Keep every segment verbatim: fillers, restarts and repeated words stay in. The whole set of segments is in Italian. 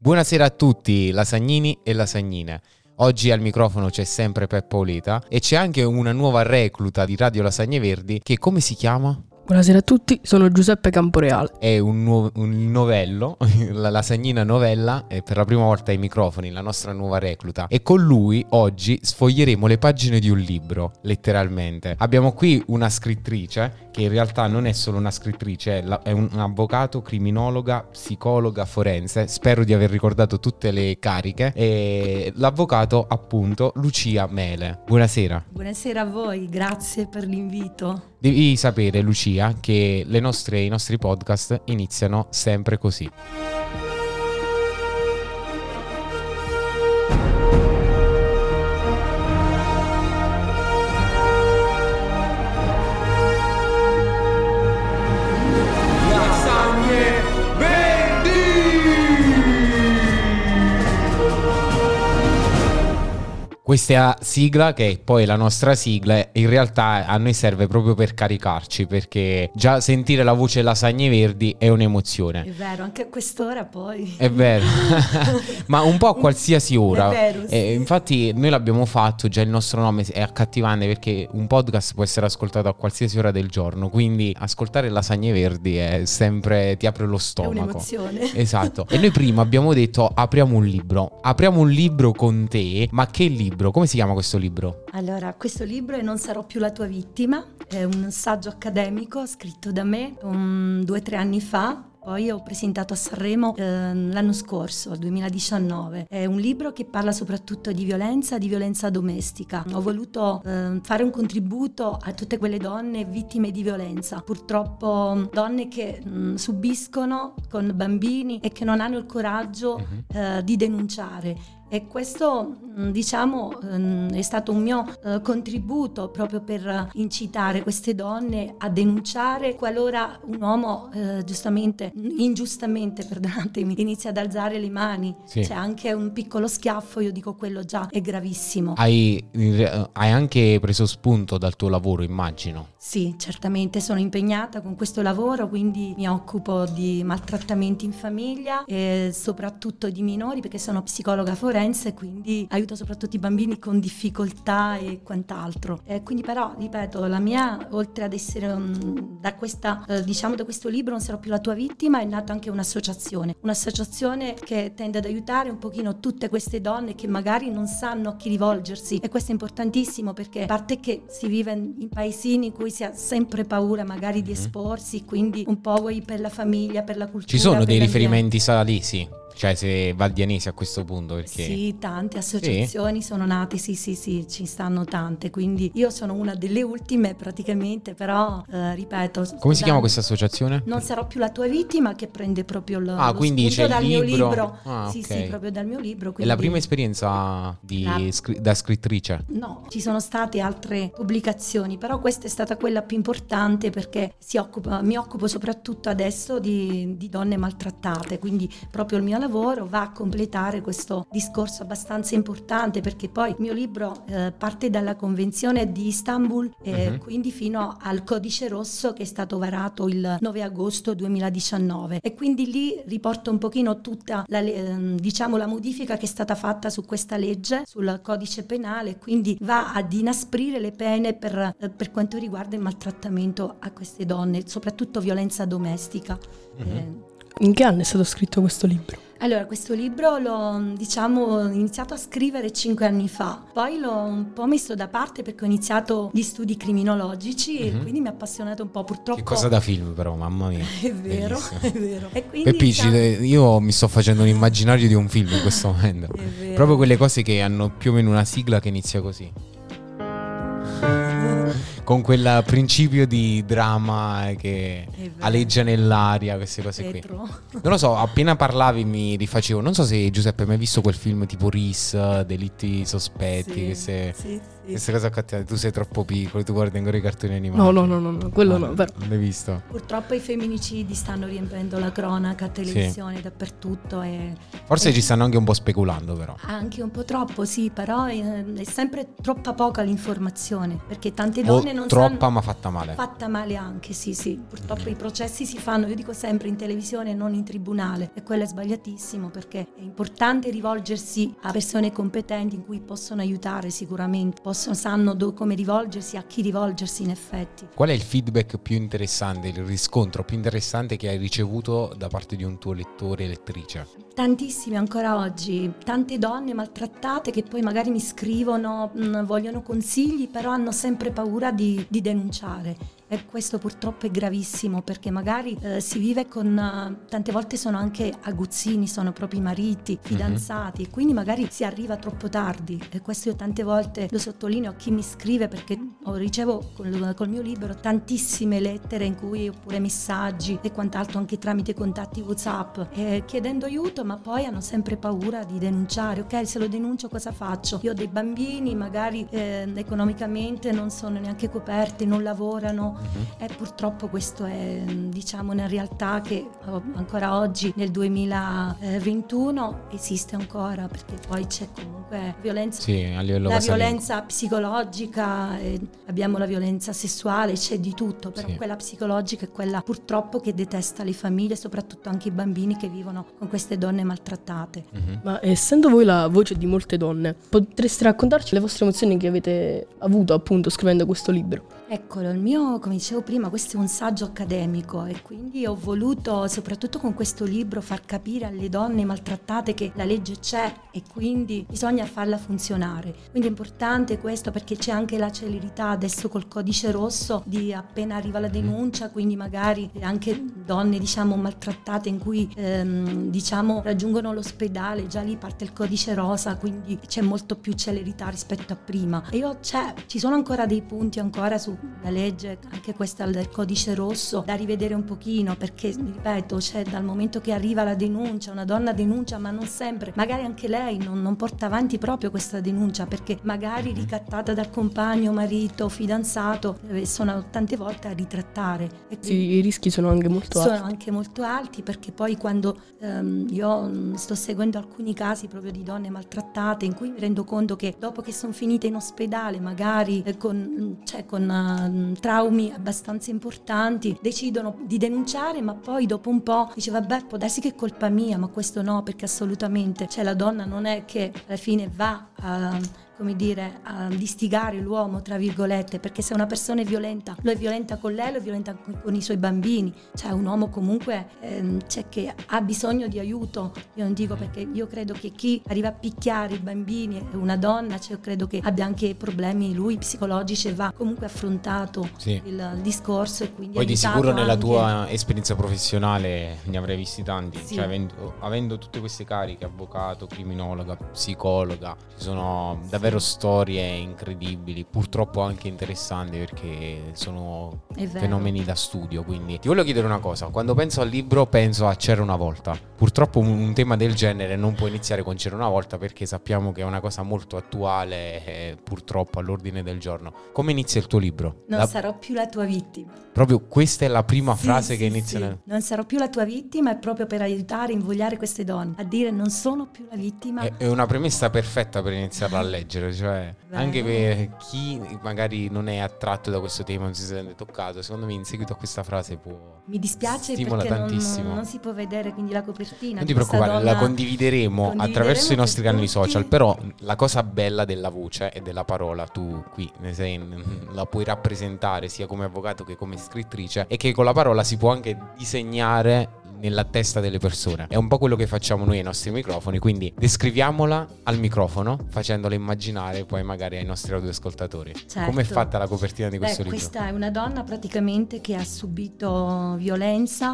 Buonasera a tutti, lasagnini e lasagnine. Oggi al microfono c'è sempre Peppo Oleta e c'è anche una nuova recluta di Radio Lasagne Verdi che come si chiama? Buonasera a tutti, sono Giuseppe Camporeale. È un, nuovo, un novello, la lasagnina novella, e per la prima volta ai microfoni la nostra nuova recluta. E con lui oggi sfoglieremo le pagine di un libro, letteralmente. Abbiamo qui una scrittrice che in realtà non è solo una scrittrice, è un avvocato, criminologa, psicologa, forense. Spero di aver ricordato tutte le cariche. E l'avvocato, appunto, Lucia Mele. Buonasera. Buonasera a voi, grazie per l'invito. Devi sapere, Lucia, che le nostre, i nostri podcast iniziano sempre così. Questa sigla, che è poi la nostra sigla, in realtà a noi serve proprio per caricarci, perché già sentire la voce Lasagne Verdi è un'emozione. È vero, anche a quest'ora poi. È vero, ma un po' a qualsiasi ora. È vero, sì. E infatti noi l'abbiamo fatto, già il nostro nome è accattivante perché un podcast può essere ascoltato a qualsiasi ora del giorno, quindi ascoltare Lasagne Verdi è sempre, ti apre lo stomaco. È un'emozione. Esatto. E noi prima abbiamo detto apriamo un libro, apriamo un libro con te, ma che libro? Come si chiama questo libro? Allora, questo libro è Non sarò più la tua vittima, è un saggio accademico scritto da me um, due o tre anni fa. Poi ho presentato a Sanremo eh, l'anno scorso, duemiladiciannove. È un libro che parla soprattutto di violenza, di violenza domestica. Ho voluto eh, fare un contributo a tutte quelle donne vittime di violenza. Purtroppo donne che mh, subiscono con bambini e che non hanno il coraggio uh-huh. eh, di denunciare. E questo diciamo è stato un mio contributo proprio per incitare queste donne a denunciare qualora un uomo eh, giustamente, ingiustamente, perdonatemi, inizia ad alzare le mani. Sì. C'è anche un piccolo schiaffo, io dico quello già è gravissimo. Hai, hai anche preso spunto dal tuo lavoro, immagino. Sì, certamente sono impegnata con questo lavoro, quindi mi occupo di maltrattamenti in famiglia e soprattutto di minori perché sono psicologa forense, quindi aiuto soprattutto i bambini con difficoltà e quant'altro. E quindi però, ripeto, la mia, oltre ad essere um, da questa, eh, diciamo da questo libro Non sarò più la tua vittima, è nata anche un'associazione, un'associazione che tende ad aiutare un pochino tutte queste donne che magari non sanno a chi rivolgersi, e questo è importantissimo perché a parte che si vive in paesini in cui si ha sempre paura magari di esporsi, quindi un po' vuoi per la famiglia, per la cultura. Ci sono dei l'ambiente. riferimenti salesi? Cioè se valdianesi a questo punto, perché... Sì, tante associazioni sì. sono nate, sì sì sì, ci stanno tante, quindi io sono una delle ultime praticamente, però eh, ripeto... Come si chiama questa associazione? Non sarò più la tua vittima, che prende proprio lo, ah, lo quindi c'è dal il mio libro. libro. Ah, sì okay. sì, proprio dal mio libro. Quindi... È la prima esperienza di la... scri- da scrittrice? No, ci sono state altre pubblicazioni, però questa è stata quella più importante perché si occupa, mi occupo soprattutto adesso di, di donne maltrattate, quindi proprio il mio lavoro va a completare questo discorso abbastanza importante, perché poi il mio libro eh, parte dalla Convenzione di Istanbul e uh-huh. quindi fino al Codice Rosso che è stato varato il nove agosto duemiladiciannove, e quindi lì riporto un pochino tutta la, diciamo la modifica che è stata fatta su questa legge, sul codice penale, quindi va ad inasprire le pene per, per quanto riguarda il maltrattamento a queste donne, soprattutto violenza domestica. Uh-huh. eh, In che anno è stato scritto questo libro? Allora, questo libro l'ho, diciamo, iniziato a scrivere cinque anni fa, poi l'ho un po' messo da parte perché ho iniziato gli studi criminologici mm-hmm. e quindi mi ha appassionato un po', purtroppo. Che cosa da film però, mamma mia. È vero, è vero. E quindi, Peppici, diciamo... io mi sto facendo un immaginario di un film in questo momento. È vero. Proprio quelle cose che hanno più o meno una sigla che inizia così. Con quel principio di dramma che aleggia nell'aria, queste cose Petro. Qui. Non lo so, appena parlavi mi rifacevo. Non so se Giuseppe hai mai visto quel film tipo Ris, Delitti sospetti. Sì, queste... sì, Questa cosa accattiva, tu sei troppo piccolo, tu guardi ancora i cartoni animati. No, no, no, no, no, quello Ah, no, però. Non l'hai visto? Purtroppo i femminicidi stanno riempiendo la cronaca, televisione, dappertutto e Forse e- ci stanno anche un po' speculando, però. anche un po' troppo, sì, però eh, è sempre troppa poca l'informazione, perché tante O donne non troppa sanno. ma fatta male. Fatta male anche, sì, sì. Purtroppo i processi si fanno, io dico sempre, in televisione e non in tribunale, e quello è sbagliatissimo, perché è importante rivolgersi a persone competenti in cui possono aiutare sicuramente, possono, sanno do- come rivolgersi, a chi rivolgersi in effetti. Qual è il feedback più interessante, il riscontro più interessante che hai ricevuto da parte di un tuo lettore e lettrice? Tantissime ancora oggi, tante donne maltrattate che poi magari mi scrivono, mh, vogliono consigli, però hanno sempre paura di, di denunciare. E questo purtroppo è gravissimo, perché magari eh, si vive con, eh, tante volte sono anche aguzzini, sono propri mariti, fidanzati, e quindi magari si arriva troppo tardi, e questo io tante volte lo sottolineo a chi mi scrive, perché ho, ricevo col, col mio libro tantissime lettere in cui, oppure messaggi e quant'altro, anche tramite contatti WhatsApp, eh, chiedendo aiuto, ma poi hanno sempre paura di denunciare. Ok, se lo denuncio cosa faccio? Io ho dei bambini, magari eh, economicamente non sono neanche coperti, non lavorano. Mhm. E purtroppo questo è, diciamo, una realtà che oh, ancora oggi nel duemilaventuno esiste ancora, perché poi c'è comunque violenza, Sì, a livello la casalingo. violenza psicologica, eh, abbiamo la violenza sessuale, c'è di tutto, però Sì. quella psicologica è quella purtroppo che detesta le famiglie, soprattutto anche i bambini che vivono con queste donne maltrattate. Mhm. Ma essendo voi la voce di molte donne, potreste raccontarci le vostre emozioni che avete avuto appunto scrivendo questo libro? Eccolo, il mio, come dicevo prima, questo è un saggio accademico e quindi ho voluto, soprattutto con questo libro, far capire alle donne maltrattate che la legge c'è e quindi bisogna farla funzionare. Quindi è importante questo, perché c'è anche la celerità adesso col codice rosso di appena arriva la denuncia, quindi magari anche donne, diciamo, maltrattate in cui ehm, diciamo raggiungono l'ospedale, già lì parte il codice rosa, quindi c'è molto più celerità rispetto a prima. E io c'è, ci sono ancora dei punti ancora su la legge, anche questa del codice rosso, da rivedere un pochino, perché ripeto, c'è dal momento che arriva la denuncia, una donna denuncia, ma non sempre, magari anche lei non, non porta avanti proprio questa denuncia, perché magari ricattata dal compagno, marito, fidanzato, eh, sono tante volte a ritrattare. E Sì, i rischi sono anche molto sono alti. anche molto alti, perché poi quando ehm, io mh, sto seguendo alcuni casi proprio di donne maltrattate, in cui mi rendo conto che dopo che sono finite in ospedale, magari eh, con, cioè, con uh, traumi abbastanza importanti, decidono di denunciare, ma poi dopo un po' dice vabbè, può darsi che è colpa mia, ma questo no, perché assolutamente, cioè la donna non è che alla fine va a, come dire, a distigare l'uomo, tra virgolette, perché se una persona è violenta, lo è violenta con lei, lo è violenta con, con i suoi bambini, cioè un uomo comunque ehm, c'è che ha bisogno di aiuto. Io non dico, perché io credo che chi arriva a picchiare i bambini è una donna, cioè io credo che abbia anche problemi lui psicologici, e va comunque affrontato Sì. il, il discorso, e quindi Poi di aiutato sicuro nella anche- tua esperienza professionale ne avrai visti tanti, Sì. cioè avendo, avendo tutte queste cariche, avvocato, criminologa, psicologa, ci sono davvero storie incredibili, purtroppo anche interessanti, perché sono È vero. fenomeni da studio. Quindi ti voglio chiedere una cosa: quando penso al libro penso a C'era una volta. Purtroppo un, un tema del genere non può iniziare con C'era una volta, perché sappiamo che è una cosa molto attuale e purtroppo all'ordine del giorno. Come inizia il tuo libro? Non La- sarò più la tua vittima. proprio questa è la prima Sì, frase sì, che inizia sì. nel- Non sarò più la tua vittima, è proprio per aiutare, invogliare queste donne a dire non sono più la vittima. È, è una premessa perfetta per iniziarla a leggere, cioè Vero. anche per chi magari non è attratto da questo tema, non si sente toccato, secondo me in seguito a questa frase può... Mi dispiace stimola perché non, tantissimo. non si può vedere quindi la copertina. Non di ti questa preoccupare, la donna. condivideremo, Condivideremo attraverso i per nostri canali tutti. social, però la cosa bella della voce e della parola, tu qui ne sei, la puoi rappresentare sia come avvocato che come scrittrice, e che con la parola si può anche disegnare nella testa delle persone. È un po' quello che facciamo noi ai nostri microfoni, quindi descriviamola al microfono facendola immaginare poi magari ai nostri audioascoltatori. Certo. Com'è fatta la copertina di questo Beh, libro? questa è una donna praticamente che ha subito violenza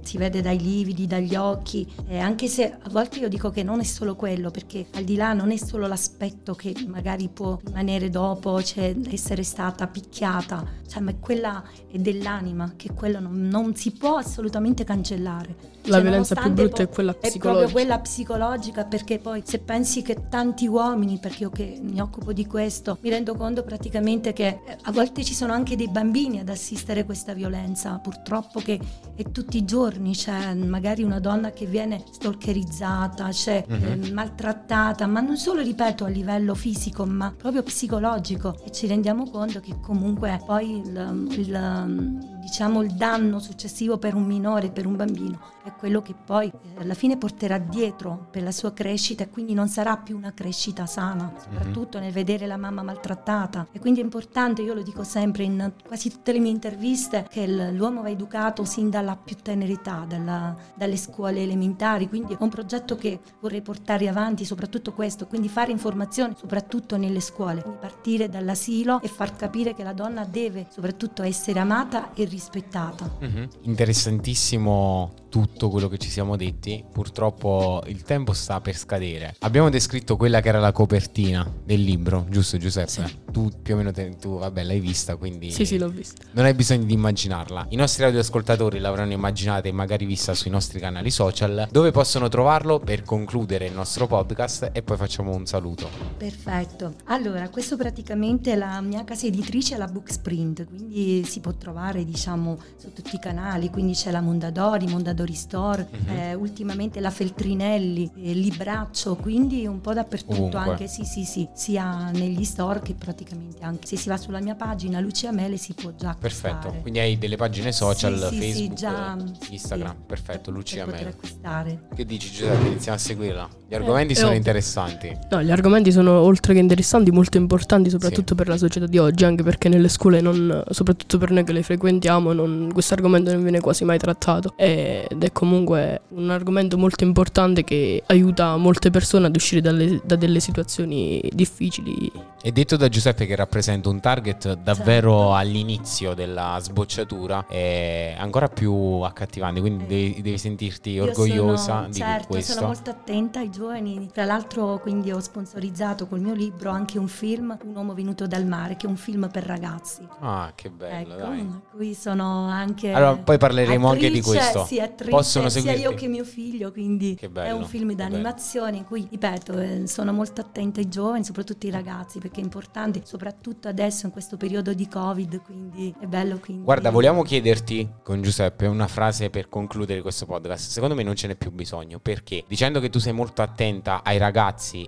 si vede dai lividi, dagli occhi, eh, anche se a volte io dico che non è solo quello, perché al di là non è solo l'aspetto che magari può rimanere dopo, cioè essere stata picchiata, cioè, ma è quella è dell'anima, che quello non, non si può assolutamente cancellare. La Cioè, violenza più brutta è quella è proprio psicologica. quella psicologica, perché poi se pensi che tanti uomini, perché io che mi occupo di questo, mi rendo conto praticamente che eh, a volte ci sono anche dei bambini ad assistere a questa violenza, purtroppo, che è tutti i giorni, c'è magari una donna che viene stalkerizzata, c'è Mhm. eh, maltrattata, ma non solo, ripeto, a livello fisico, ma proprio psicologico, e ci rendiamo conto che comunque poi il, il, diciamo il danno successivo per un minore, per un bambino, è quello che poi eh, alla fine porterà dietro per la sua crescita, e quindi non sarà più una crescita sana, soprattutto nel vedere la mamma maltrattata. E quindi è importante, io lo dico sempre in quasi tutte le mie interviste, che l- l'uomo va educato sin dalla più tenera età, dalla- dalle scuole elementari, quindi è un progetto che vorrei portare avanti, soprattutto questo, quindi fare informazione soprattutto nelle scuole, quindi partire dall'asilo e far capire che la donna deve soprattutto essere amata e rispettata. Mhm. Interessantissimo tutto quello che ci siamo detti. Purtroppo il tempo sta per scadere. Abbiamo descritto quella che era la copertina del libro, giusto Giuseppe? Sì. Tu più o meno te, tu vabbè l'hai vista, quindi Sì, sì, l'ho vista. non hai bisogno di immaginarla. I nostri radioascoltatori l'avranno immaginata e magari vista sui nostri canali social. Dove possono trovarlo per concludere il nostro podcast e poi facciamo un saluto? Perfetto, allora questo praticamente è la mia casa editrice, la Booksprint, quindi si può trovare diciamo su tutti i canali, quindi c'è la Mondadori, Mondadori Store, Mhm. eh, ultimamente la Feltrinelli, eh, Libraccio, quindi un po' dappertutto, Ovunque. anche sì sì sì, sia negli store che praticamente anche se si va sulla mia pagina Lucia Mele si può già acquistare. Perfetto, quindi hai delle pagine social, Sì, sì, sì, Facebook, già, Instagram, sì, perfetto, per- Lucia per poter Mele. acquistare. Che dici Giuseppe, iniziamo a seguirla? Gli argomenti è sono ovvio. interessanti. No, gli argomenti sono oltre che interessanti, molto importanti, soprattutto Sì. per la società di oggi, anche perché nelle scuole, non, soprattutto per noi che le frequentiamo, non, questo argomento non viene quasi mai trattato, ed è comunque un argomento molto importante che aiuta molte persone ad uscire dalle- da delle situazioni difficili. E detto da Giuseppe che rappresenta un target davvero Certo. all'inizio della sbocciatura, è ancora più accattivante, quindi Eh. devi, devi sentirti Io orgogliosa sono, di certo, questo. sono molto attenta ai giovani. Tra l'altro, quindi ho sponsorizzato col mio libro anche un film, Un uomo venuto dal mare, che è un film per ragazzi. Ah, che bello, ecco, dai. qui sono anche Allora, poi parleremo anche di attrice, questo. Sì, attrice, Possono sia seguirti? io che mio figlio, quindi Che è bello, un film che bello. d'animazione in cui, ripeto, eh, sono molto attenta ai giovani, soprattutto ai ragazzi, perché è importante, soprattutto adesso in questo periodo di Covid, quindi è bello. Quindi... Guarda, vogliamo chiederti con Giuseppe una frase per concludere questo podcast. Secondo me non ce n'è più bisogno, perché dicendo che tu sei molto attenta ai ragazzi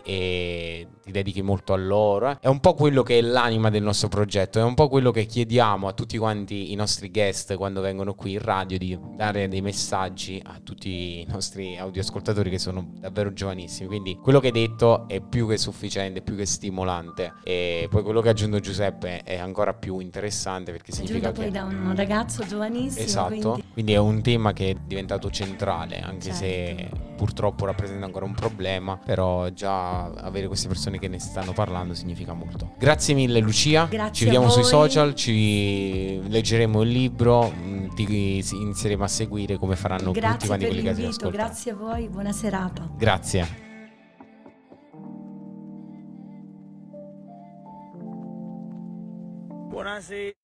e ti dedichi molto a loro, eh, è un po' quello che è l'anima del nostro progetto, è un po' quello che chiediamo a tutti quanti i nostri guest quando vengono qui in radio, di dare dei messaggi a tutti i nostri audioascoltatori che sono davvero giovanissimi. Quindi quello che hai detto è più che sufficiente, più che stimolante, e poi quello che ha aggiunto Giuseppe è ancora più interessante, perché significa Aggiunto poi che da un ragazzo giovanissimo. esatto, quindi- quindi è un tema che è diventato centrale, anche se Certo. purtroppo rappresenta ancora un problema, però già avere queste persone che ne stanno parlando significa molto. Grazie mille Lucia, Grazie ci vediamo a sui voi. social, ci leggeremo il libro, mh, ti inizieremo a seguire come faranno tutti Grazie quanti per quelli che si l'invito, ascoltano. grazie a voi, buona serata. Grazie. Buonasera.